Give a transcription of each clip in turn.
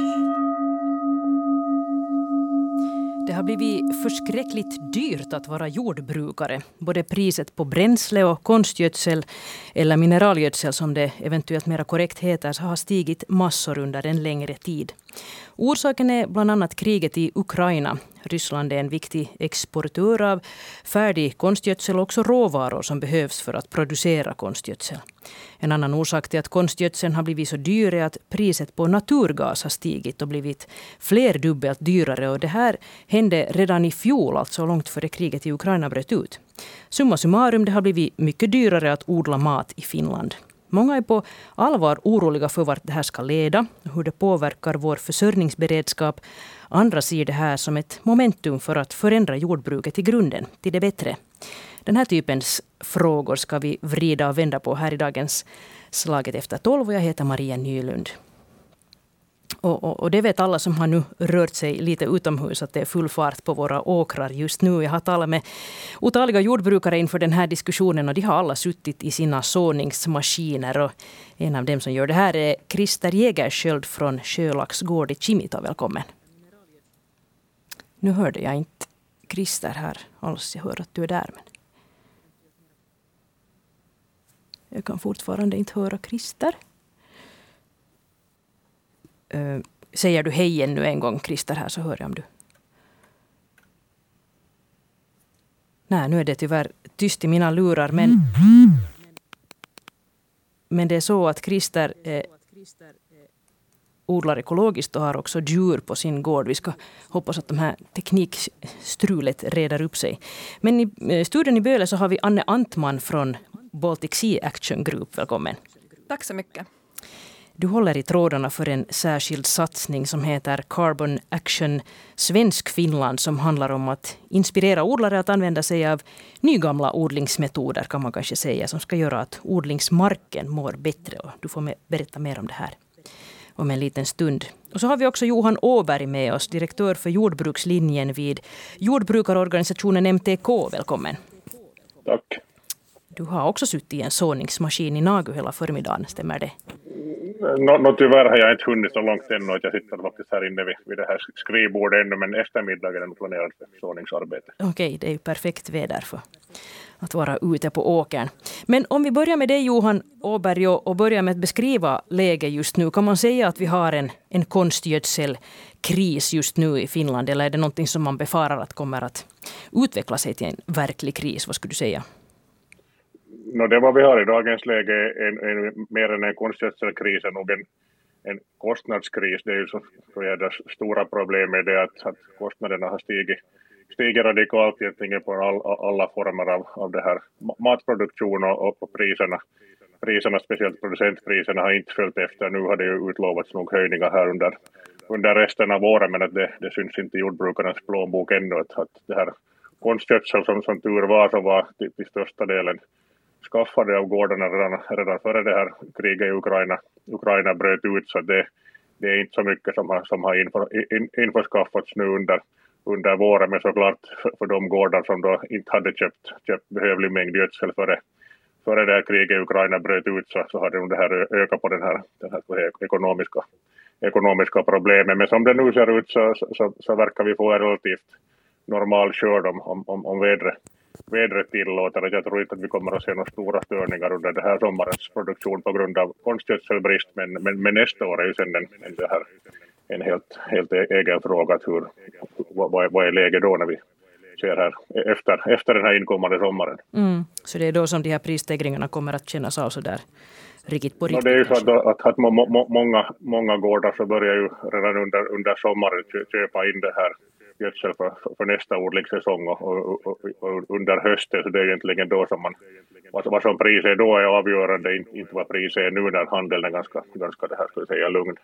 Det har blivit förskräckligt dyrt att vara jordbrukare. Både priset på bränsle och konstgödsel eller mineralgödsel som det eventuellt mer korrekt heter så har stigit massor under en längre tid. Orsaken är bland annat kriget i Ukraina. Ryssland är en viktig exportör av färdig konstgödsel och också råvaror som behövs för att producera konstgödsel. En annan orsak till att konstgödseln har blivit så dyr är att priset på naturgas har stigit och blivit flerdubbelt dyrare. Och det här hände redan i fjol, alltså långt före kriget i Ukraina bröt ut. Summa summarum, det har blivit mycket dyrare att odla mat i Finland. Många är på allvar oroliga för vart det här ska leda och hur det påverkar vår försörjningsberedskap. Andra ser det här som ett momentum för att förändra jordbruket i grunden till det bättre. Den här typens frågor ska vi vrida och vända på här i dagens Slaget efter 12 och jag heter Maria Nylund. Och det vet alla som har nu rört sig lite utomhus att det är full fart på våra åkrar just nu. Jag har talat med otaliga jordbrukare inför den här diskussionen och de har alla suttit i sina såningsmaskiner. Och en av dem som gör det här är Christer Jägersköld från Sjölax gård i Kimita. Välkommen. Nu hörde jag inte Christer här alls. Jag hör att du är där. Men jag kan fortfarande inte höra Christer. Säger du hej ännu en gång, Christer, här så hör jag om du. Nej, nu är det tyvärr tyst i mina lurar, men det är så att Christer odlar ekologiskt och har också djur på sin gård. Vi ska hoppas att de här teknikstrulet reder upp sig. Men i studion i Böle så har vi Anne Antman från Baltic Sea Action Group. Välkommen. Tack så mycket. Du håller i trådarna för en särskild satsning som heter Carbon Action Svensk Finland som handlar om att inspirera odlare att använda sig av nygamla odlingsmetoder kan man kanske säga som ska göra att odlingsmarken mår bättre. Och du får berätta mer om det här om en liten stund. Och så har vi också Johan Åberg med oss, direktör för jordbrukslinjen vid jordbrukarorganisationen MTK. Välkommen. Tack. Du har också suttit i en såningsmaskin i Nagu hela förmiddagen, stämmer det? Tyvärr har jag inte hunnit så långt ännu att jag sitter faktiskt här inne vid det här skrivbordet ännu, men eftermiddagen är planerat såningsarbete. Okej, det är ju perfekt väder för att vara ute på åkern. Men om vi börjar med dig Johan Åberg och börjar med att beskriva läget just nu. Kan man säga att vi har en konstgödselkris just nu i Finland eller är det någonting som man befarar att kommer att utveckla sig till en verklig kris? Vad skulle du säga? Det vad vi har i dagens läge är mer än en konstgödselkris är nog en kostnadskris. Det är ju så det stora problemet är det att kostnaderna har stigit radikalt egentligen på alla former av det här matproduktion och priserna, speciellt producentpriserna har inte följt efter. Nu har det ju utlovats nog höjningar här under resten av året, men att det syns inte i jordbrukarnas plånbok ännu att det här konstgödsel som tur var så var till största delen skaffade av gårdarna redan före det här kriget i Ukraina bröt ut, så det är inte så mycket som har införskaffats nu under våren, men såklart för de gårdar som då inte hade köpt behövlig mängd gödsel före det här kriget i Ukraina bröt ut så hade det här ökat på den här ekonomiska problemen. Men som det nu ser ut så verkar vi få en relativt normal skörd om vädret tillåter. Jag tror inte att vi kommer att se några stora störningar under det här sommarens produktion på grund av konstgödselbrist, men nästa år är ju sen en helt egen fråga vad är läget då när vi ser här efter den här inkommande sommaren. Så det är då som de här prisstegringarna kommer att kännas av så där riktigt på riktigt? Det är ju så att många gårdar så börjar ju redan under sommaren köpa in det här gödsel för nästa odlingssäsong och under hösten, så det är egentligen då som vad som priset är då är avgörande, inte vad priset är nu när handeln är ganska det här skulle säga lugn.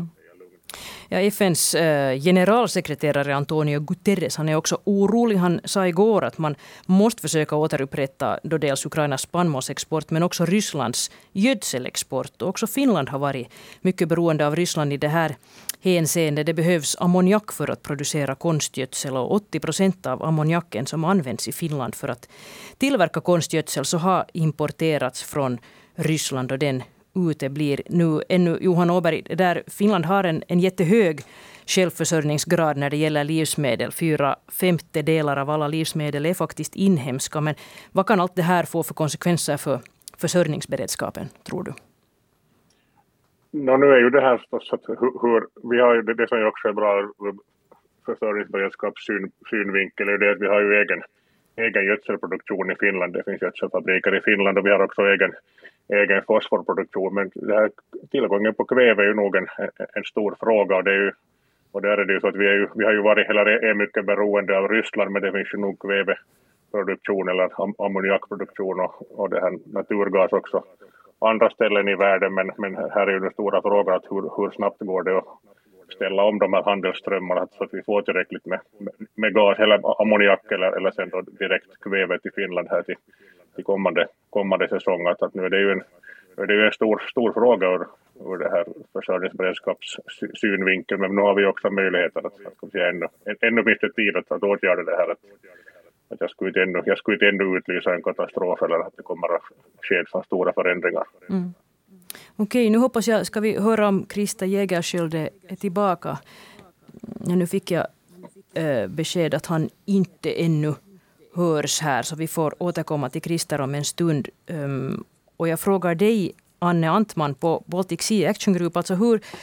Ja, FNs generalsekreterare Antonio Guterres, han är också orolig. Han sa igår att man måste försöka återupprätta då dels Ukrainas spannmålsexport men också Rysslands gödselexport. Och också Finland har varit mycket beroende av Ryssland i det här hänseende. Det behövs ammoniak för att producera konstgödsel och 80% av ammoniaken som används i Finland för att tillverka konstgödsel så har importerats från Ryssland och den uteblir nu. Ännu, Johan Åberg, där Finland har en jättehög självförsörjningsgrad när det gäller livsmedel. 4/5 av alla livsmedel är faktiskt inhemska. Men vad kan allt det här få för konsekvenser för försörjningsberedskapen, tror du? Nu är ju det här förstås att vi har ju det som också är bra ur försörjningsberedskapssynvinkel är det att vi har ju egen gödselproduktion i Finland. Det finns gödselfabriker i Finland och vi har också egen fosforproduktion. Men det här, tillgången på kväve är ju nog en stor fråga och där är det ju så att vi har ju varit är mycket beroende av Ryssland, men det finns ju nog kväveproduktion eller ammoniakproduktion och det här naturgas också andra ställen i världen, men här är ju den stora frågan att hur snabbt går det att ställa om de här handelsströmmarna så att vi får tillräckligt med gas eller ammoniak eller sen då direkt kväve till Finland här till kommande säsong. Att nu är det ju en stor fråga ur det här försörjningsberedskapssynvinkeln, men nu har vi också möjligheter att ännu finns det tid att åtgärda det här. Att jag skulle inte ännu utlysa en katastrof eller att det kommer att ske så stora förändringar. Mm. Okej, nu hoppas jag, ska vi höra om Krista Jägerskiöld är tillbaka. Ja, nu fick jag besked att han inte ännu hörs här, så vi får återkomma till Krista om en stund. Och jag frågar dig, Anne Antman på Baltic Sea Action Group, alltså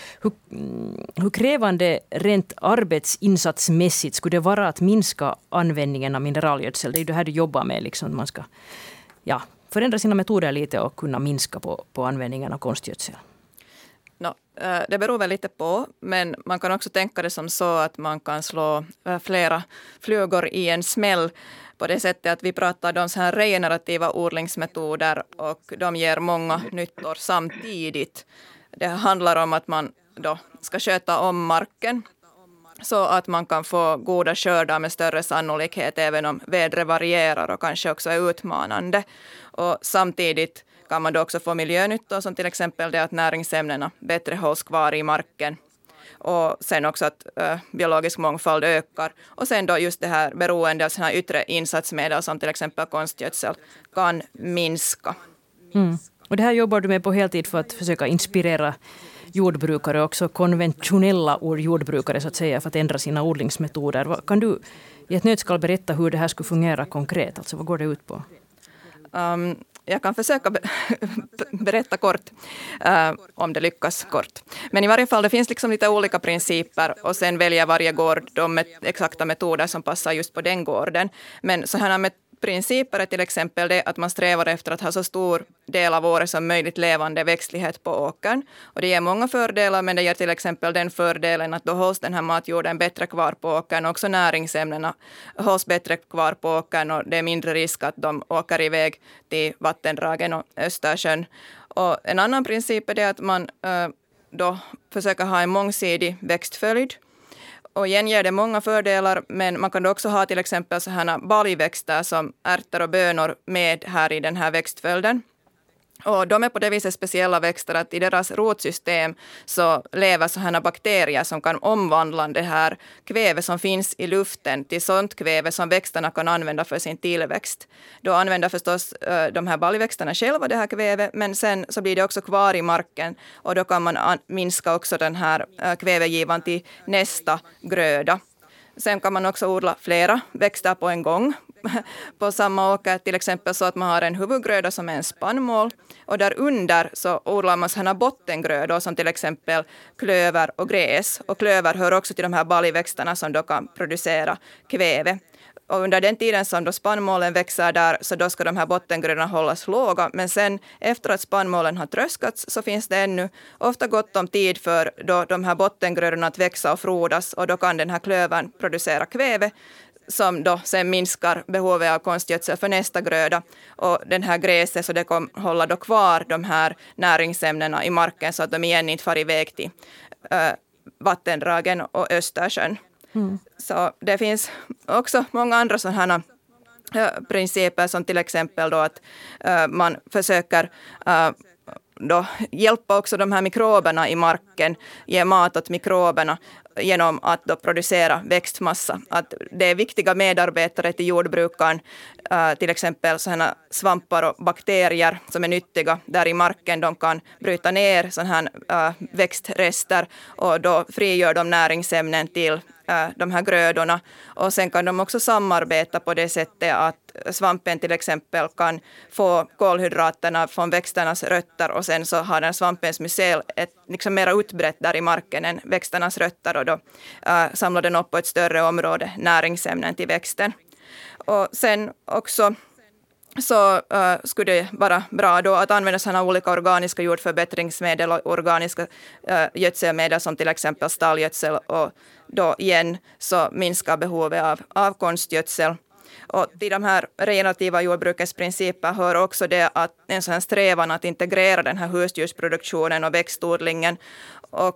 hur krävande rent arbetsinsatsmässigt skulle det vara att minska användningen av mineralgödsel? Det är ju det här du jobbar med, liksom man ska förändra sina metoder lite och kunna minska på användningen av konstgödsel. Det beror väl lite på, men man kan också tänka det som så att man kan slå flera flugor i en smäll på det sättet att vi pratar om så här regenerativa odlingsmetoder och de ger många nyttor samtidigt. Det handlar om att man då ska sköta om marken så att man kan få goda skördar med större sannolikhet även om vädret varierar och kanske också är utmanande. Och samtidigt kan man då också få miljönyttor som till exempel det att näringsämnena bättre hålls kvar i marken. Och sen också att biologisk mångfald ökar. Och sen då just det här beroende av såna här yttre insatsmedel som till exempel konstgödsel kan minska. Mm. Och det här jobbar du med på heltid för att försöka inspirera jordbrukare, också konventionella jordbrukare så att säga, för att ändra sina odlingsmetoder. Kan du i ett nötskal berätta hur det här skulle fungera konkret? Alltså vad går det ut på? Jag kan försöka berätta kort om det lyckas kort. Men i varje fall det finns liksom lite olika principer och sen väljer varje gård de exakta metoder som passar just på den gården. Men så här med principer är till exempel det att man strävar efter att ha så stor del av året som möjligt levande växtlighet på åkern. Och det ger många fördelar, men det ger till exempel den fördelen att då hålls den här matjorden bättre kvar på åkern. Också näringsämnena hålls bättre kvar på åkern och det är mindre risk att de åker iväg till vattendragen och Östersjön. Och en annan princip är det att man då försöker ha en mångsidig växtföljd. Och igen ger det många fördelar, men man kan också ha till exempel så här baljväxter som ärtor och bönor med här i den här växtföljden. Och de är på det viset speciella växter att i deras rotsystem så lever så här bakterier som kan omvandla det här kväve som finns i luften till sånt kväve som växterna kan använda för sin tillväxt. Då använder förstås de här baljväxterna själva det här kväve, men sen så blir det också kvar i marken och då kan man minska också den här kvävegivan till nästa gröda. Sen kan man också odla flera växter på en gång på samma åker, till exempel så att man har en huvudgröda som är en spannmål och där under så odlar man sådana bottengrödor som till exempel klöver och gräs. Och klöver hör också till de här baljväxterna som då kan producera kväve. Och under den tiden som då spannmålen växer där så då ska de här bottengrödorna hållas låga. Men sen efter att spannmålen har tröskats så finns det ännu ofta gott om tid för då de här bottengrödorna att växa och frodas. Och då kan den här klövern producera kväve som då sen minskar behovet av konstgödsel för nästa gröda. Och den här gräset så det kommer hålla då kvar de här näringsämnena i marken så att de igen inte far iväg till vattendragen och Östersjön. Mm. Så det finns också många andra sådana principer som till exempel då att man försöker då hjälpa också de här mikroberna i marken, ge mat åt mikroberna genom att då producera växtmassa. Att det är viktiga medarbetare till jordbrukaren, till exempel sådana svampar och bakterier som är nyttiga där i marken. De kan bryta ner sådana här växtrester och då frigör de näringsämnen till de här grödorna. Och sen kan de också samarbeta på det sättet att svampen till exempel kan få kolhydraterna från växternas rötter och sen så har den svampens mycel ett liksom mer utbrett där i marken än växternas rötter och då samlar den upp på ett större område näringsämnen till växten. Och sen också så skulle det vara bra då att använda sådana olika organiska jordförbättringsmedel och organiska gödselmedel som till exempel stallgödsel och då igen så minskar behovet av konstgödsel. Och till de här regenerativa jordbrukets principer hör också det att en sån här strävan att integrera den här husdjursproduktionen och växtodlingen och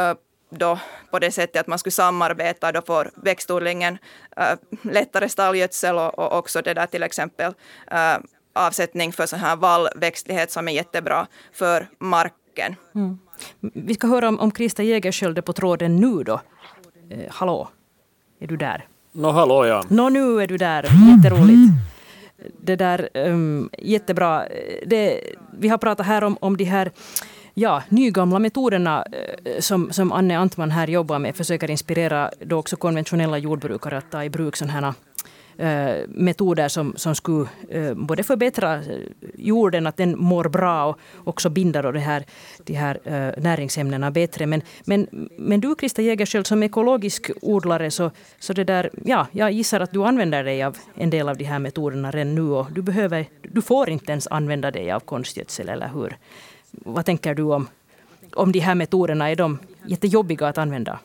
då på det sättet att man skulle samarbeta, då får växtodlingen lättare stallgödsel och också det där till exempel avsättning för sån här vallväxtlighet som är jättebra för marken. Mm. Vi ska höra om Krista Jägerskiöld på tråden nu då. Hallå, är du där? Hallå ja. Nu är du där, jätteroligt. Det där, jättebra. Vi har pratat här om de här nygamla metoderna som Anne Antman här jobbar med, försöker inspirera då också konventionella jordbrukare att ta i bruk sådana här metoder som skulle både förbättra jorden, att den mår bra och också binda då de här näringsämnena bättre. Men du Krista Jägerskiöld som ekologisk odlare så det där, jag gissar att du använder dig av en del av de här metoderna redan nu och du får inte ens använda dig av konstgödsel, eller hur? Vad tänker du om de här metoderna? Är de jättejobbiga att använda?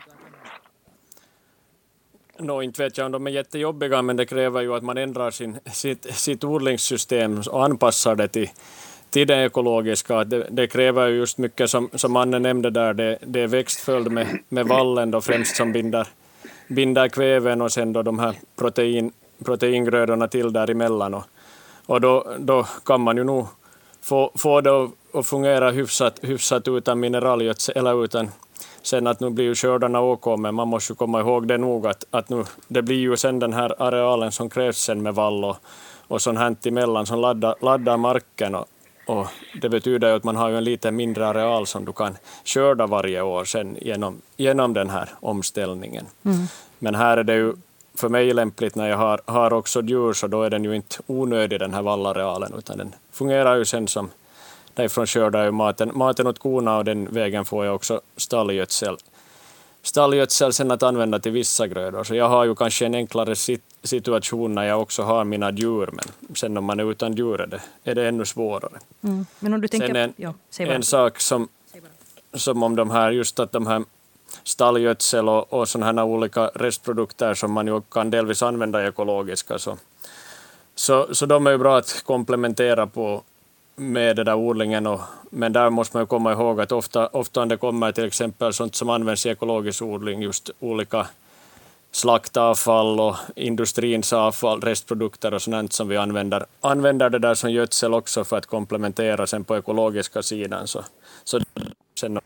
Inte vet jag om de är jättejobbiga, men det kräver ju att man ändrar sitt odlingssystem och anpassar det till det ekologiska. Det kräver ju just mycket som Anne nämnde där, det är växtföljd med vallen då främst som binder kväven och sen då de här proteingrödorna till däremellan. Och då kan man ju nog få det att fungera hyfsat utan mineralgödsel eller utan. Sen att nu blir ju skördarna OK, men man måste ju komma ihåg det nog att nu, det blir ju sen den här arealen som krävs sen med vall och sånt här emellan som laddar marken och det betyder ju att man har ju en lite mindre areal som du kan skörda varje år sen genom den här omställningen. Mm. Men här är det ju för mig lämpligt när jag har också djur, så då är den ju inte onödig den här vallarealen, utan den fungerar ju sen som därifrån skördar jag maten åt korna och den vägen får jag också stallgödsel sen att använda till vissa grödor. Så jag har ju kanske en enklare situation när jag också har mina djur, men sen om man är utan djur är det ännu svårare. Mm. Men om du tänker, sen en sak som om de här, just att de här stallgödsel och sådana här olika restprodukter som man ju kan delvis använda ekologiska, så de är ju bra att komplementera på med den där odlingen. Men där måste man ju komma ihåg att ofta det kommer till exempel sånt som används i ekologisk odling, just olika slaktavfall och industrins avfall, restprodukter och sånt som vi använder det där som gödsel också för att komplementera sen på ekologiska sidan. Så sen,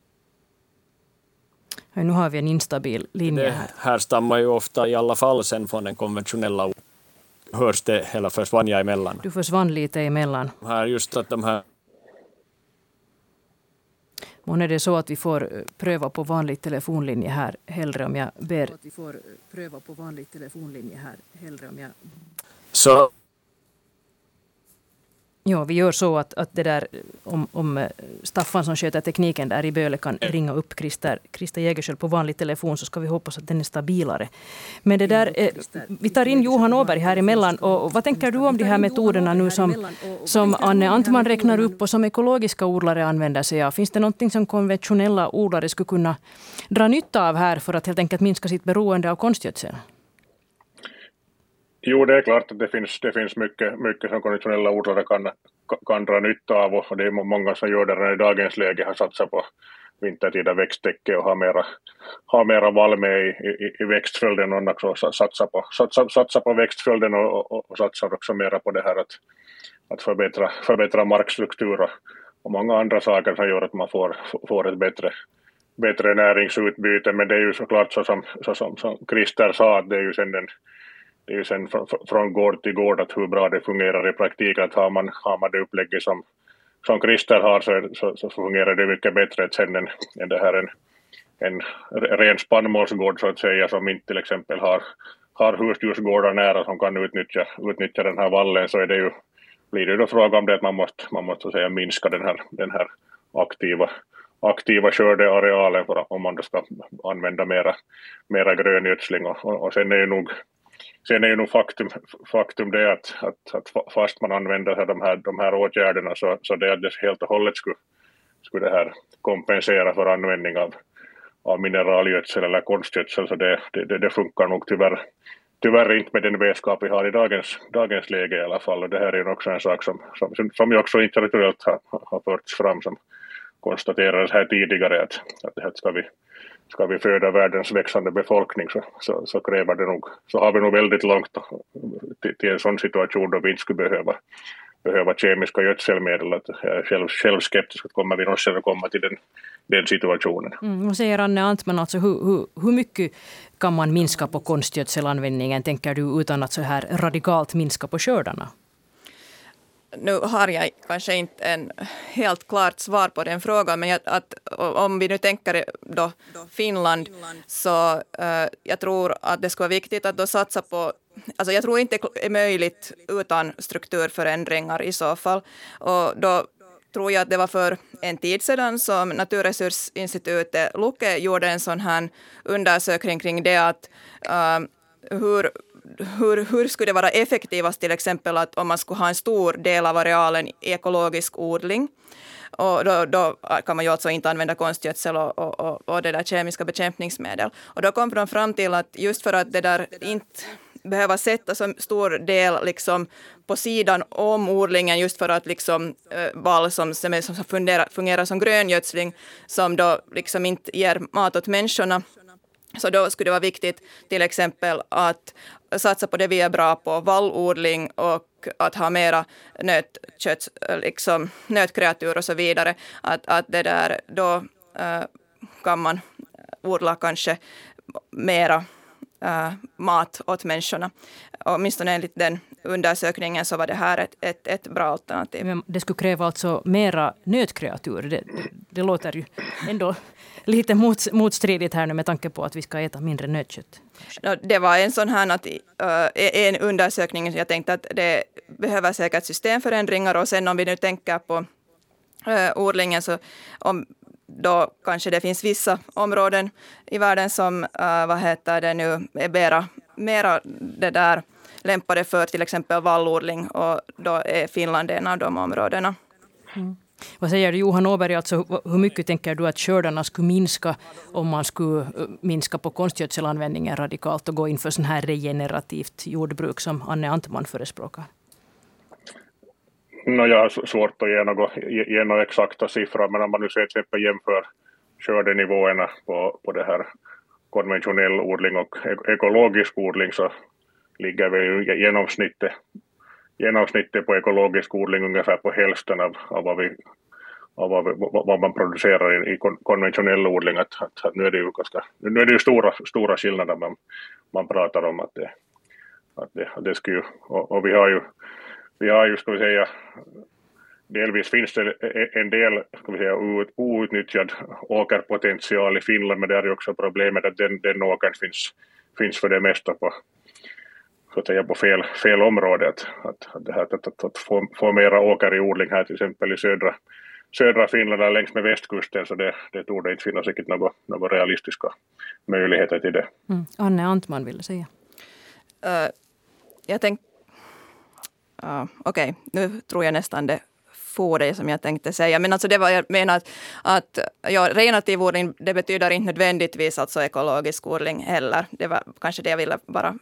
nu har vi en instabil linje här. Det här stammar ju ofta i alla fall sen från den konventionella odlingen. Hörs det hela försvann jag emellan? Du försvann lite emellan. Här just att de här... Men är det så att vi får pröva på vanlig telefonlinje här hellre om jag ber... Så... Ja, vi gör så att det där, om Staffan som sköter tekniken där i Böle kan ringa upp Krista Jägerskiöld på vanlig telefon, så ska vi hoppas att den är stabilare. Men det där, vi tar in Johan Åberg här emellan. Och vad tänker du om de här metoderna nu som Anne Antman räknar upp och som ekologiska odlare använder sig av? Finns det någonting som konventionella odlare skulle kunna dra nytta av här för att helt enkelt minska sitt beroende av konstgödsel? Jo, det är klart att det finns mycket som konventionella odlare kan dra nytta av, och det är många som gör det redan i dagens läge, har satsat på vintertida växttäcke och har mera vall med i växtföljden, och också satsa på växtföljden och satsar också mera på det här att förbättra markstruktur och många andra saker som gör att man får ett bättre näringsutbyte. Men det är ju såklart som Christer sa, att det är ju sen från gård till gård att hur bra det fungerar i praktiken. Att har man det upplägget som Christer har så fungerar det mycket bättre sen än det här en ren spannmålsgård så att säga, som inte till exempel har husdjursgårdar nära som kan utnyttja den här vallen. Så blir det då fråga om det att man måste så säga minska den här aktiva skördearealen om man då ska använda mera gröngödsling. Och sen är ju nog faktum det att fast man använder de här åtgärderna så det att det helt och hållet skulle det här kompensera för användning av mineralgödsel eller konstgödsel, så det funkar nog tyvärr inte med den vetskap vi har i dagens läge i alla fall. Och det här är ju också en sak som ju också internationellt har förts fram, som konstaterades här tidigare, att det här ska vi föda världens växande befolkning så kräver det nog, så har vi nog väldigt långt till en sån situation då vi inte skulle behöva kemiska gödselmedel. Att jag är själv skeptisk att kommer vi någonsin att komma till den situationen. Och säger Anne Antman, alltså hur mycket kan man minska på konstgödselanvändningen, tänker du, utan att så här radikalt minska på skördarna? Nu har jag kanske inte en helt klart svar på den frågan, men om vi nu tänker då Finland, så jag tror att det skulle vara viktigt att då satsa på, alltså jag tror inte det är möjligt utan strukturförändringar i så fall. Och då tror jag att det var för en tid sedan som Naturresursinstitutet Luke gjorde en sån här undersökning kring det, att hur skulle det vara effektivast till exempel att om man skulle ha en stor del av arealen i ekologisk odling, och då kan man ju alltså inte använda konstgödsel och det där kemiska bekämpningsmedel. Och då kom de fram till att just för att det där inte behöva sätta så stor del liksom på sidan om odlingen, just för att liksom vall som fungerar som gröngödsling, som då liksom inte ger mat åt människorna. Så då skulle det vara viktigt till exempel att satsa på det vi är bra på, vallodling, och att ha mera nötkött, liksom nötkreatur och så vidare. Att det där, då kan man odla kanske mera mat åt människorna. Och åtminstone enligt den undersökningen så var det här ett bra alternativ. Men det skulle kräva alltså mera nötkreatur. Det låter ju ändå lite motstridigt här nu med tanke på att vi ska äta mindre nötkött. Det var en sån här en undersökning, jag tänkte att det behöver säkert systemförändringar, och sen om vi nu tänker på odlingen, så då kanske det finns vissa områden i världen som är mera det där lämpade för till exempel vallodling, och då är Finland en av de områdena. Mm. Vad säger du, Johan Åberg, alltså hur mycket tänker du att skördarna skulle minska om man skulle minska på konstgödselanvändningen radikalt och gå in för sån här regenerativt jordbruk som Anne Antman förespråkar? Jag har svårt att ge några exakta siffror, men om man nu till exempel jämför skördenivåerna på det här konventionell odling och ekologisk odling, så ligger vi ju genomsnittet på ekologisk odling ungefär på hälften av vad man producerar i konventionell odling. Att nu är det ju stora skillnader man pratar om att det skulle, och vi har ju ska vi säga, delvis finns det en del ska vi säga outnyttjad åkerpotential i Finland, men det är ju också problemet att den åkern finns för det mesta på så att säga på fel område, att få mera åker i odling här till exempel i södra Finland eller längs med västkusten, så det torde inte finnas riktigt några realistiska möjligheter till det. Anne Antman ville säga. Jag tänkte okej, nu tror jag nästan det får det som jag tänkte säga. Men alltså det var jag menar att regenerativ odling, det betyder inte nödvändigtvis alltså ekologisk odling heller. Det var kanske det jag ville bara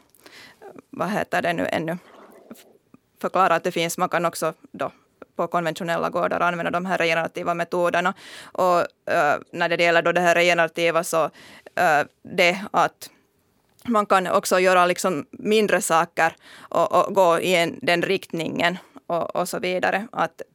ännu förklara, att det finns, man kan också då på konventionella gårdar använda de här regenerativa metoderna. Och när det gäller då det här regenerativa, så det att man kan också göra liksom mindre saker och gå i den riktningen och så vidare. Att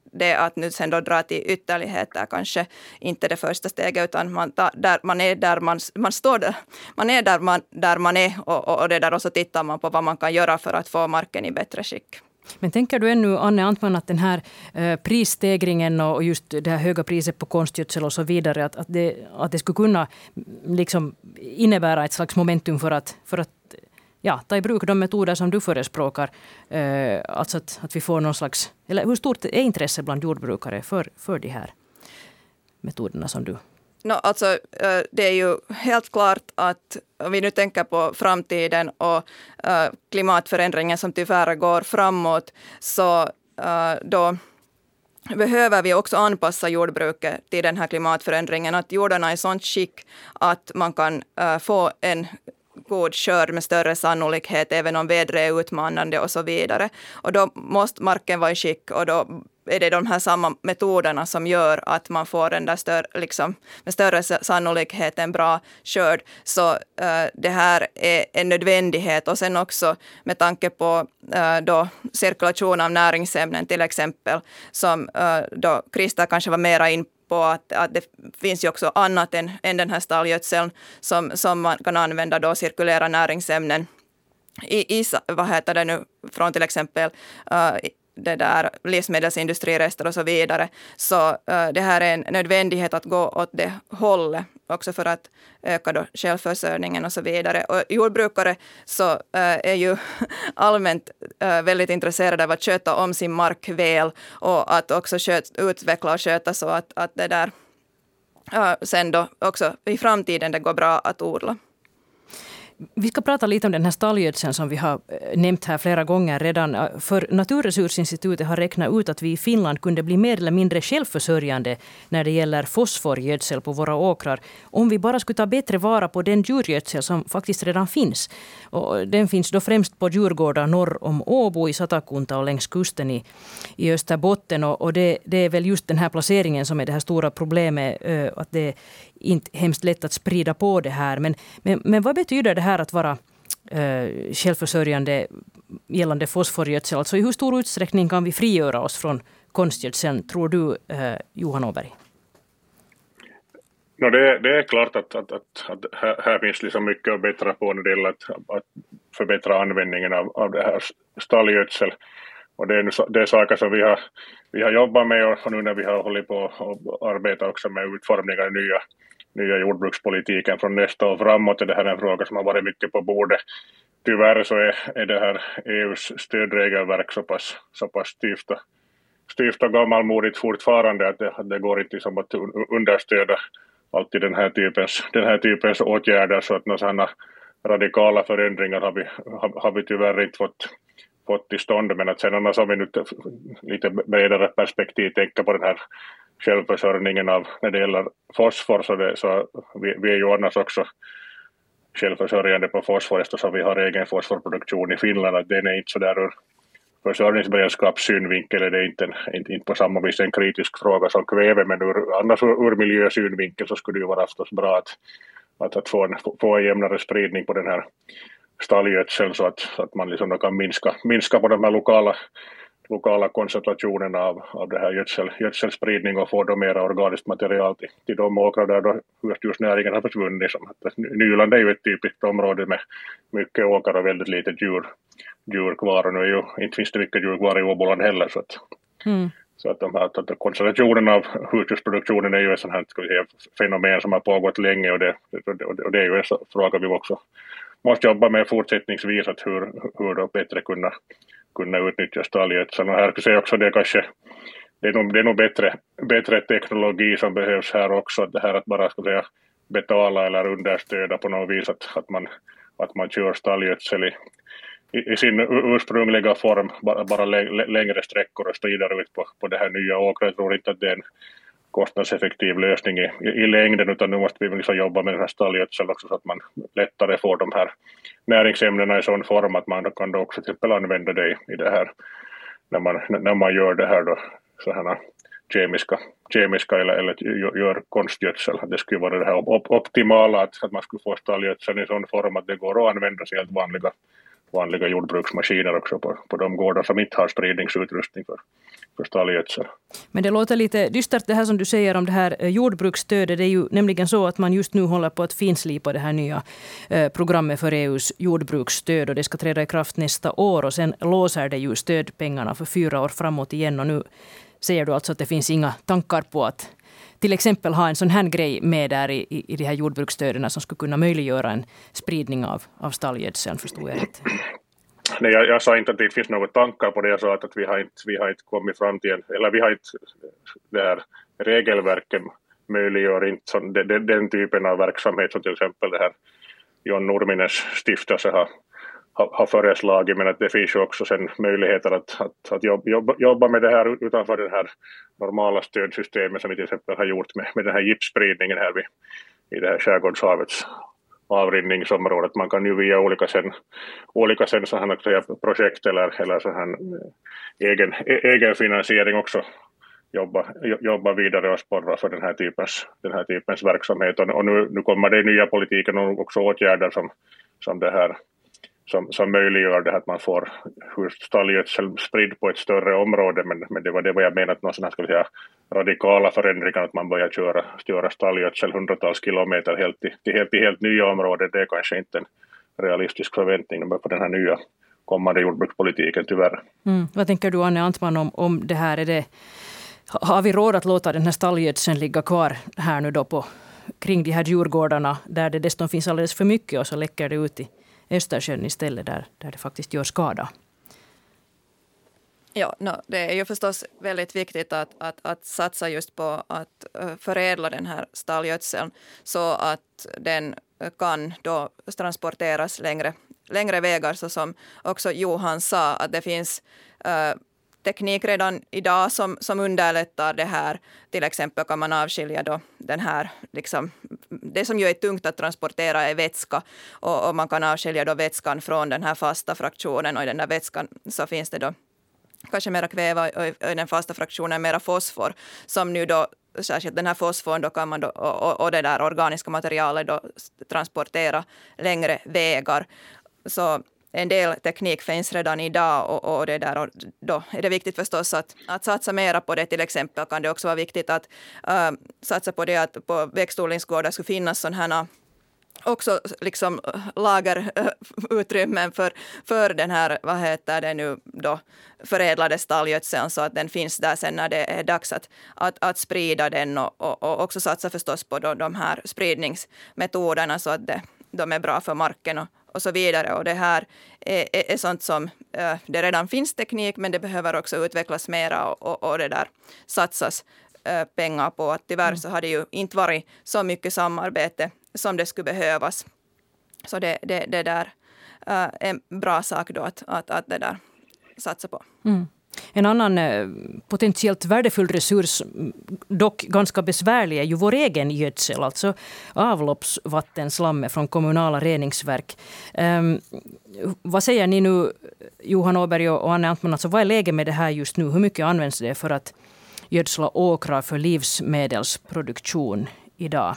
det att nu sen då dra till ytterligheter kanske inte det första steget, utan man är där man står där. Man är där man är och det där, och så tittar man på vad man kan göra för att få marken i bättre skick. Men tänker du ännu, Anne Antman, att den här prisstegringen och just det här höga priset på konstgödsel och så vidare, att det skulle kunna liksom innebära ett slags momentum för att ta i bruk de metoder som du förespråkar, alltså att vi får någon slags, eller hur stort är intresse bland jordbrukare för de här metoderna som du? Alltså, det är ju helt klart att om vi nu tänker på framtiden och klimatförändringen som tyvärr går framåt, så då behöver vi också anpassa jordbruket till den här klimatförändringen. Att jordarna är i sånt skick att man kan få en god skörd med större sannolikhet även om vädret är utmanande och så vidare. Och då måste marken vara i skick, och då är det de här samma metoderna som gör att man får den där med större sannolikhet en bra skörd. Så det här är en nödvändighet, och sen också med tanke på då cirkulation av näringsämnen till exempel, som då Krista kanske var mera in på att det finns ju också annat än den här stallgödseln som man kan använda då, cirkulera näringsämnen i från till exempel det där livsmedelsindustrirester och så vidare. Så det här är en nödvändighet att gå åt det hållet också för att öka då självförsörjningen och så vidare. Och jordbrukare så är ju allmänt väldigt intresserade av att sköta om sin mark väl, och att också utveckla och sköta så att det där sen då också i framtiden det går bra att odla. Vi ska prata lite om den här stallgödseln som vi har nämnt här flera gånger redan. För Naturresursinstitutet har räknat ut att vi i Finland kunde bli mer eller mindre självförsörjande när det gäller fosforgödsel på våra åkrar, om vi bara skulle ta bättre vara på den djurgödsel som faktiskt redan finns. Och den finns då främst på djurgårdar norr om Åbo i Satakunta och längs kusten i Österbotten. Och det är väl just den här placeringen som är det här stora problemet, att det är inte hemskt lätt att sprida på det här. Men vad betyder det här att vara självförsörjande gällande fosforgödsel? Alltså i hur stor utsträckning kan vi frigöra oss från konstgödseln, tror du, Johan Åberg? Det är klart att här finns liksom mycket att bättra på när det gäller att förbättra användningen av det här stallgödsel. Och det är saker som vi har jobbat med, och nu när vi har hållit på att arbeta också med utformningen av nya jordbrukspolitiken från nästa år framåt, är det här en fråga som har varit mycket på bordet. Tyvärr så är det här EUs stödregelverk så pass styvt och gammalmodigt fortfarande att det går inte som att understöda alltid den här typens åtgärder, så att några sådana radikala förändringar har vi tyvärr inte fått till stånd. Men att sen annars har vi nu lite bredare perspektiv tänka på den här självförsörjningen av när det gäller fosfor, så vi är ju annars också självförsörjande på fosfor, så vi har egen fosforproduktion i Finland. Att den är inte så där ur försörjningsberedskapssynvinkel är det inte på samma vis en kritisk fråga som kväve, men annars ur miljösynvinkel så skulle det ju vara förstås bra att få en jämnare spridning på den här stallgödseln, så att man liksom kan minska på de här lokala koncentrationerna av det här gödselspridning och få då mera organiskt material till de åkrar där då just näringen har försvunnit. Nyland är ju ett typiskt område med mycket åkar och väldigt lite djur kvar, och nu inte finns det mycket djur kvar i Åboland heller, så att att koncentrationen av husdjursproduktionen är ju ett sånt här fenomen som har pågått länge, och det är ju en fråga vi också måste jobba med fortsättningsvis, att hur då bättre kunna utnyttja stallgödseln. Och här kan jag också det är nog bättre teknologi som behövs här också, att det här att bara betala eller understöda på något vis att man kör stallgödsel i sin ursprungliga form bara längre sträckor och sprider ut på det här nya åkret. Jag tror inte att det är en kostnadseffektiv lösning i längden, utan nu måste vi liksom jobba med den här stallgödseln också, så att man lättare får de här näringsämnena i sån form att man kan då också till exempel använda det i det här när man gör det här då sådana kemiska eller gör konstgödsel. Det skulle vara det här optimala, att man skulle få stallgödseln i sån form att det går att använda sig helt vanliga jordbruksmaskiner också på de gårdar som inte har spridningsutrustning stallgödsel. Men det låter lite dystert det här som du säger om det här jordbruksstödet. Det är ju nämligen så att man just nu håller på att finslipa det här nya programmet för EUs jordbruksstöd och det ska träda i kraft nästa år och sen låser det ju stödpengarna för 4 år framåt igen och nu säger du alltså att det finns inga tankar på att till exempel ha en sån här grej med där i de här jordbruksstöden som skulle kunna möjliggöra en spridning av stallgödseln, förstod jag rätt? Nej, jag sa inte att det finns några tankar på det. Jag sa att vi har inte kommit fram till eller vi har inte det här regelverket möjliggör inte den typen av verksamhet som till exempel det här John Nurminens stiftelse har föreslagit, men att det finns ju också sen möjligheter att jobba med det här utanför det här normala stödsystemet som vi till exempel har gjort med den här gipsspridningen här i det här skärgårdshavets avrinningsområdet. Man kan ju via olika sen så här projekt eller så här egen finansiering också jobba vidare och sporra för den här typens verksamhet. Och nu kommer det nya politiken och också åtgärder som det här som möjliggör det att man får stallgödsel spridd på ett större område, men det var det vad jag menade, att någon sån här skulle säga radikala förändringar, att man börjar köra stallgödsel hundratals kilometer till helt nya områden. Det är kanske inte en realistisk förväntning på den här nya kommande jordbrukspolitiken, tyvärr. Vad tänker du, Anne Antman, om det här? Har vi råd att låta den här stallgödseln ligga kvar här nu då kring de här djurgårdarna där det dessutom finns alldeles för mycket och så läcker det ut i Östersjön istället där det faktiskt gör skada? Ja, det är ju förstås väldigt viktigt att satsa just på att förädla den här stallgödseln så att den kan då transporteras längre vägar, så som också Johan sa, att det finns teknik redan idag som underlättar det här. Till exempel kan man avskilja då den här, liksom, det som ju är tungt att transportera är vätska, och man kan avskilja då vätskan från den här fasta fraktionen, och i den där vätskan så finns det då kanske mera kväve och i den fasta fraktionen mera fosfor, som nu då särskilt den här fosforn då kan man då, och det där organiska materialet då transportera längre vägar. Så en del teknik finns redan idag och det där, och då är det viktigt förstås att satsa mera på det. Till exempel kan det också vara viktigt att satsa på det att på växtodlingsgårdar skulle finnas sådana här också liksom lagerutrymmen för den här, vad heter det nu då, förädlade stallgödseln, så att den finns där sen när det är dags att sprida den, och också satsa förstås på då de här spridningsmetoderna så att de är bra för marken och så vidare. Och det här är sånt som det redan finns teknik, men det behöver också utvecklas mera och det där satsas pengar på. Att tyvärr så har det ju inte varit så mycket samarbete som det skulle behövas. Så det där är en bra sak då att det där satsa på. En annan potentiellt värdefull resurs, dock ganska besvärlig, är ju vår egen gödsel, alltså avloppsvattenslammet från kommunala reningsverk. Vad säger ni nu, Johan Åberg och Anne Antman, alltså vad är läget med det här just nu? Hur mycket används det för att gödsla åkrar för livsmedelsproduktion idag?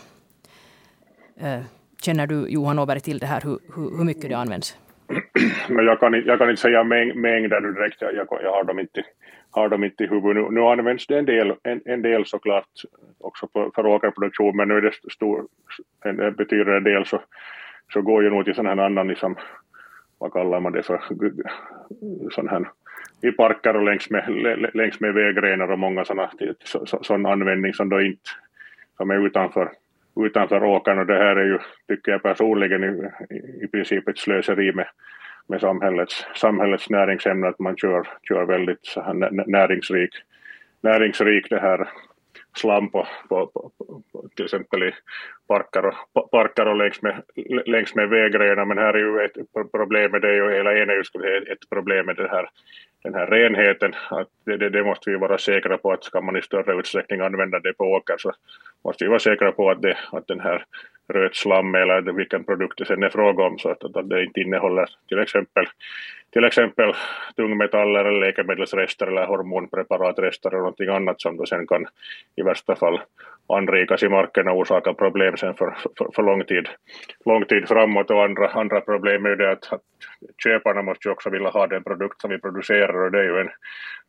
Känner du, Johan Åberg, till det här, hur mycket det används? Men jag kan inte säga mängder nu direkt. Jag har dem inte i huvudet. Nu används det en del såklart också för åkerproduktion, men nu är det en betydande del så går ju nog till sån här annan, liksom, vad kallar man det för, sån här i parker och längs med vägrenar och många sån användning som då inte som är utanför åkern, och det här är ju, tycker jag personligen, i princip ett slöseri med samhällets näringsämnen, att man kör väldigt så här näringsrik det här slam på till exempel i parker och längs med vägrenar. Men här är ju ett problem med det, och hela ett problem med den här renheten, att det måste vi vara säkra på, att ska man i större utsträckning använda det på åker, så måste vi vara säkra på att den här rötslam eller vilken produkt det sen är fråga om, så att det inte innehåller till exempel tungmetaller eller läkemedelsrester eller hormonpreparatrester och någonting annat som då sen kan i värsta fall anrikas i marken och orsaka problem sen för lång tid framåt. Och andra problem är det att köparna måste ju också vilja ha den produkt som vi producerar, och det är ju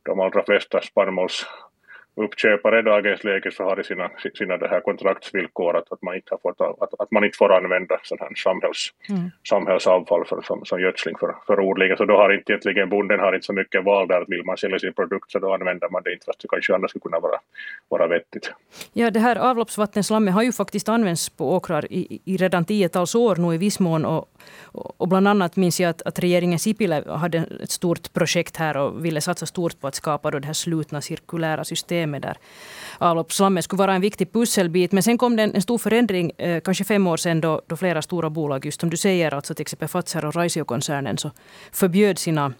de allra flesta spannmålsuppköpare i dagens läge så har i sina det här kontraktsvillkor att man inte har fått, att man inte får använda sån här samhällsavfall som gödsling för odlingen. Så då har inte egentligen bonden har inte så mycket val där att vill man sälja sin produkt så då använder man det inte fast det kanske annars skulle kunna vara vettigt. Ja, det här avloppsvattenslammet har ju faktiskt använts på åkrar i redan 10-tals år nu i viss mån och bland annat minns jag att regeringen Sipilä hade ett stort projekt här och ville satsa stort på att skapa då det här slutna cirkulära systemet där avloppsslammet skulle vara en viktig pusselbit. Men sen kom det en stor förändring, kanske 5 år sedan då flera stora bolag, just som du säger, alltså till exempel Fazer och Raisio-koncernen så förbjöd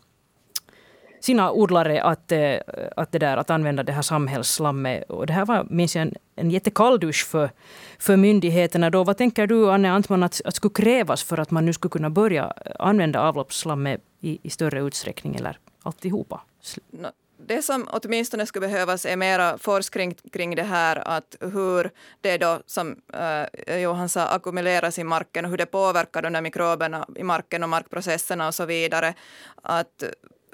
sina odlare att använda det här samhällsslammet. Och det här var, minns jag, en jättekalldusch för myndigheterna då. Vad tänker du, Anne Antman, att skulle krävas för att man nu skulle kunna börja använda avloppsslammet i större utsträckning eller alltihopa? Det som åtminstone skulle behövas är mera forskning kring det här, att hur det då, som Johan sa, ackumuleras i marken och hur det påverkar de där mikroberna i marken och markprocesserna och så vidare. Att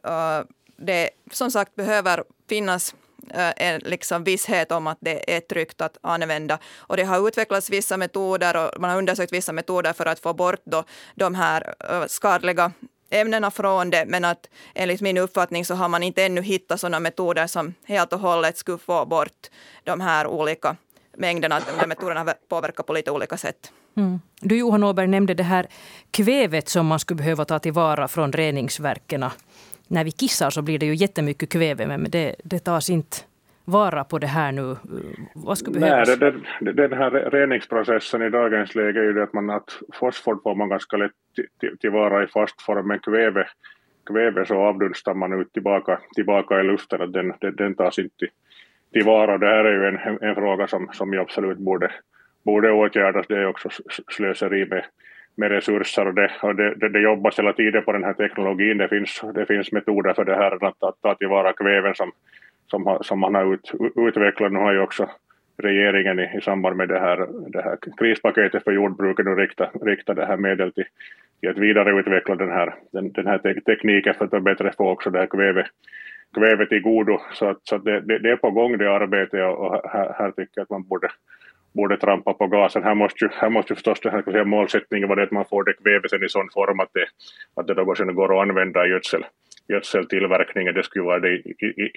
det som sagt behöver finnas en liksom visshet om att det är tryggt att använda. Och det har utvecklats vissa metoder och man har undersökt vissa metoder för att få bort då de här skadliga ämnena från det, men att enligt min uppfattning så har man inte ännu hittat sådana metoder som helt och hållet skulle få bort de här olika mängderna. De metoderna påverkar på lite olika sätt. Mm. Du, Johan Åberg, nämnde det här kvävet som man skulle behöva ta tillvara från reningsverkerna. När vi kissar så blir det ju jättemycket kväve, men det tas inte vara på det här nu. Vad skulle behövas? Nej, den här reningsprocessen i dagens läge är ju det att fosfor får man ganska lätt tillvara i fast form, men kväve så avdunstar man ut tillbaka i luften, att den tas inte tillvara. Det här är ju en fråga som ju absolut borde åtgärdas. Det är också slöseri med resurser och det jobbas hela tiden på den här teknologin. Det finns metoder för det här att ta tillvara kväven som man har utvecklat. Nu har ju också regeringen i samband med det här krispaketet för jordbruket och rikta det här medel till att vidareutveckla den här tekniken för att bättre få också det här kvävet i godo. Så det är på gång det arbetet och här tycker jag att man borde trampa på gasen. Här måste förstås den här målsättningen vara det att man får det kvävet i sån form att det då går att använda i gödseltillverkningen. Det skulle vara det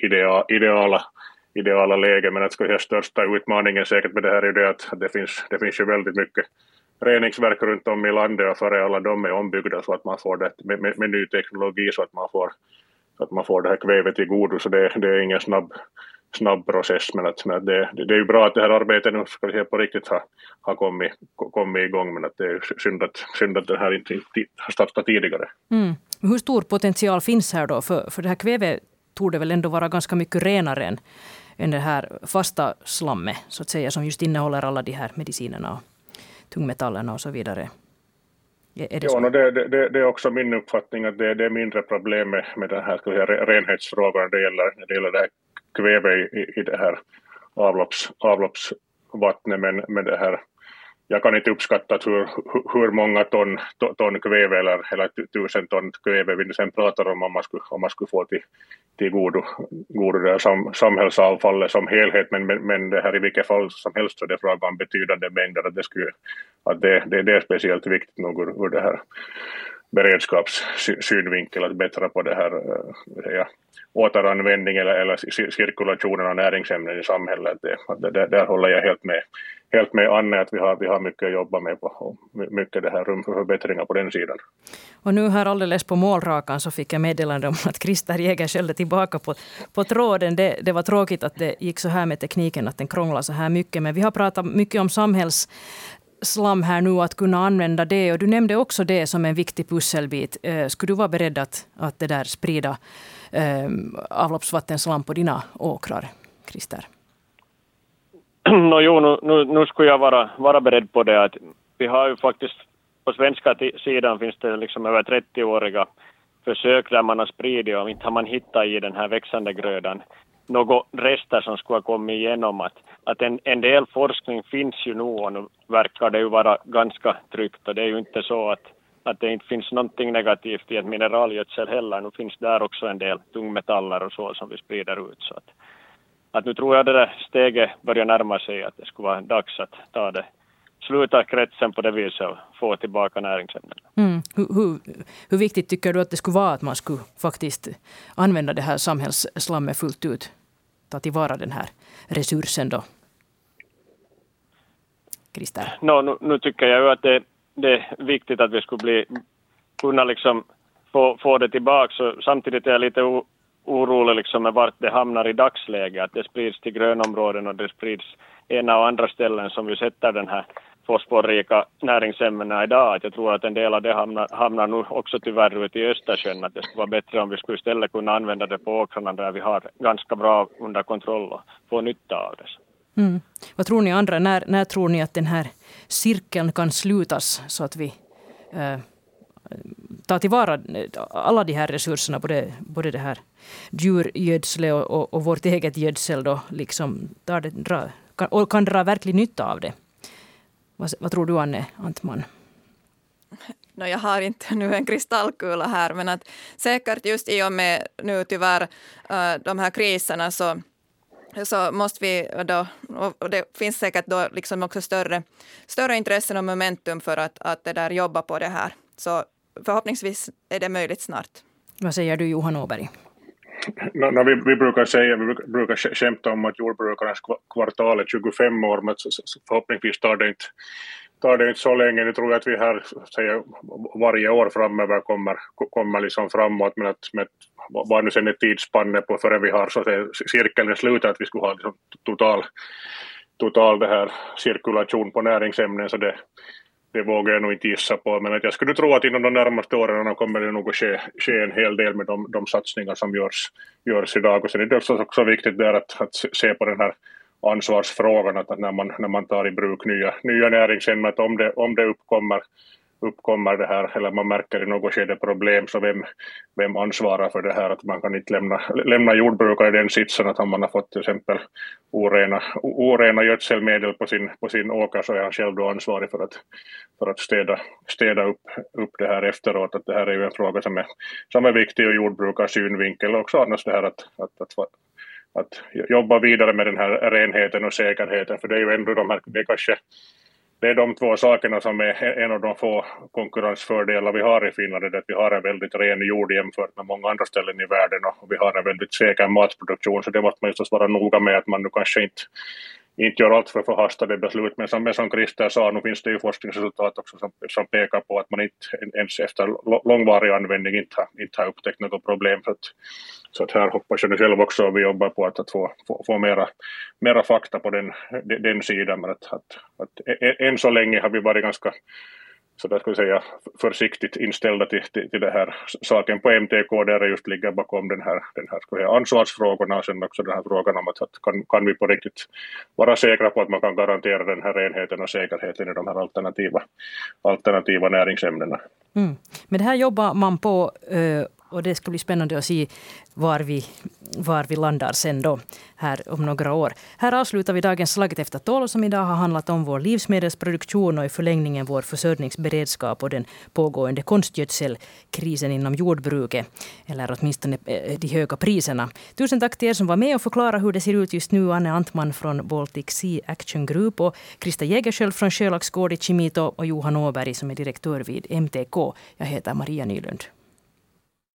ideala läge, men att ska största utmaningen säkert med det här är det att det finns ju väldigt mycket reningsverk runt om i landet och före alla de är ombyggda så att man får det med ny teknologi så att man får det här kvävet i godo, så det är ingen snabb process, men det är ju bra att det här arbetet nu ska vi på riktigt ha kommit igång, men att det är synd att det här inte har startat tidigare. Mm. Hur stor potential finns här då? För det här kvävet torde väl ändå vara ganska mycket renare än det här fasta slammet så att säga, som just innehåller alla de här medicinerna och tungmetallerna och så vidare. Är det så? Ja, det är också min uppfattning att det är mindre problem med den här renhetsfrågan när det gäller det här kväve i det här avloppsvattnet, men det här, jag kan inte uppskatta hur många ton kväve eller 1000 ton kväve vi sen pratar om man skulle få till godo det här samhällsavfallet som helhet, men det här i vilket fall som helst så det är frågan om betydande mängder att det är speciellt viktigt nog ur det här beredskapssynvinkel att bättra på det här återanvändning eller cirkulationen av näringsämnen i samhället. Där håller jag helt med Anne att vi har mycket att jobba med på, mycket det här rum för förbättringar på den sidan. Och nu här alldeles på målrakan så fick jag meddelande om att Christer Jäger skällde tillbaka på tråden. Det var tråkigt att det gick så här med tekniken, att den krånglar så här mycket, men vi har pratat mycket om samhällsslam här nu, att kunna använda det, och du nämnde också det som en viktig pusselbit. Skulle du vara beredd att det där sprida avloppsvattenslam på dina åkrar, Christer? Nu skulle jag vara beredd på det. Att vi har ju faktiskt på svenska sidan finns det liksom över 30-åriga försök där man har spridit, och inte har man hittat i den här växande grödan några rester som skulle ha kommit igenom. Att en del forskning finns ju nu, och nu verkar det ju vara ganska tryggt, och det är ju inte så att det inte finns någonting negativt i ett mineralgödsel heller. Nu finns där också en del tungmetaller och så som vi sprider ut. Så att nu tror jag det där steget börjar närma sig, att det skulle vara dags att ta det. Sluta kretsen på det viset och få tillbaka näringsämnen. Hur viktigt tycker du att det skulle vara att man skulle faktiskt använda det här samhällsslammet fullt ut? Ta tillvara den här resursen då? Christer? Nu tycker jag ju att det är viktigt att vi skulle kunna liksom få det tillbaka. Så samtidigt är jag lite orolig liksom med vart det hamnar i dagsläget. Att det sprids till grönområden och det sprids ena och andra ställen som vi sätter den här fosforrika näringsämnena idag. Att jag tror att en del av det hamnar nu också tyvärr ut i Östersjön. Att det skulle vara bättre om vi skulle istället kunna använda det på åkrarna där vi har ganska bra under kontroll och få nytta av det. Vad tror ni andra? När tror ni att den här cirkeln kan slutas så att vi tar tillvara alla de här resurserna, både det här djurgödsel och vårt eget gödsel då, liksom kan dra verklig nytta av det? Vad tror du, Anne Antman? Jag har inte nu en kristallkula här, men att säkert just i och med nu tyvärr de här kriserna så måste vi då, och det finns säkert då liksom också större intressen och momentum för att det där jobba på det här. Så förhoppningsvis är det möjligt snart. Vad säger du, Johan Åberg? Vi brukar skämta om att jordbrukarnas kvartal är 25 år, men förhoppningsvis tar det inte så länge. Nu tror jag att vi här varje år framöver kommer liksom framåt, men att vad nu sen är tidsspannet på före vi har så att cirkeln slutar, att vi skulle ha liksom total det här cirkulation på näringsämnen, så det vågar jag nog inte gissa på, men att jag skulle tro att inom de närmaste åren kommer det nog att ske en hel del med de satsningar som görs idag. Och sen är det också viktigt där att se på den här ansvarsfrågan, att när man tar i bruk nya näringsämnen, att om det uppkommer det här, eller man märker i något skede problem, så vem ansvarar för det här? Att man kan inte lämna jordbrukare i den sitsen att om man har fått till exempel orena gödselmedel på sin åker, så är han själv då ansvarig för att städa upp det här efteråt. Att det här är ju en fråga som är viktig ur jordbrukars synvinkel, och också annars det här att jobba vidare med den här renheten och säkerheten, för det är ju ändå det är de två sakerna som är en av de få konkurrensfördelar vi har i Finland, att vi har en väldigt ren jord jämfört med många andra ställen i världen, och vi har en väldigt säker matproduktion, så det måste man just vara noga med att man nu kanske inte gör allt för förhastade beslut, men som Christer sa, nu finns det ju forskningsresultat också som pekar på att man inte ens efter långvarig användning inte har upptäckt något problem. Så att här hoppas jag nu själv också att vi jobbar på att få mera fakta på den sidan, men att än så länge har vi varit ganska, så där ska vi säga, försiktigt inställda till det här saken på MTK, där det just ligger bakom den här ska vi säga, ansvarsfrågorna, och sen också den här frågan om att kan vi på riktigt vara säkra på att man kan garantera den här renheten och säkerheten i de här alternativa näringsämnena. Men det här jobbar man på, och det ska bli spännande att se var vi landar sen då här om några år. Här avslutar vi dagens Slaget efter 12 som idag har handlat om vår livsmedelsproduktion och i förlängningen vår försörjningsberedskap och den pågående konstgödselkrisen inom jordbruket, eller åtminstone de höga priserna. Tusen tack till er som var med och förklara hur det ser ut just nu. Anne Antman från Baltic Sea Action Group och Krista Jägerskiöld från Sjölagsgård i Kimito och Johan Åberg som är direktör vid MTK. Jag heter Maria Nylund.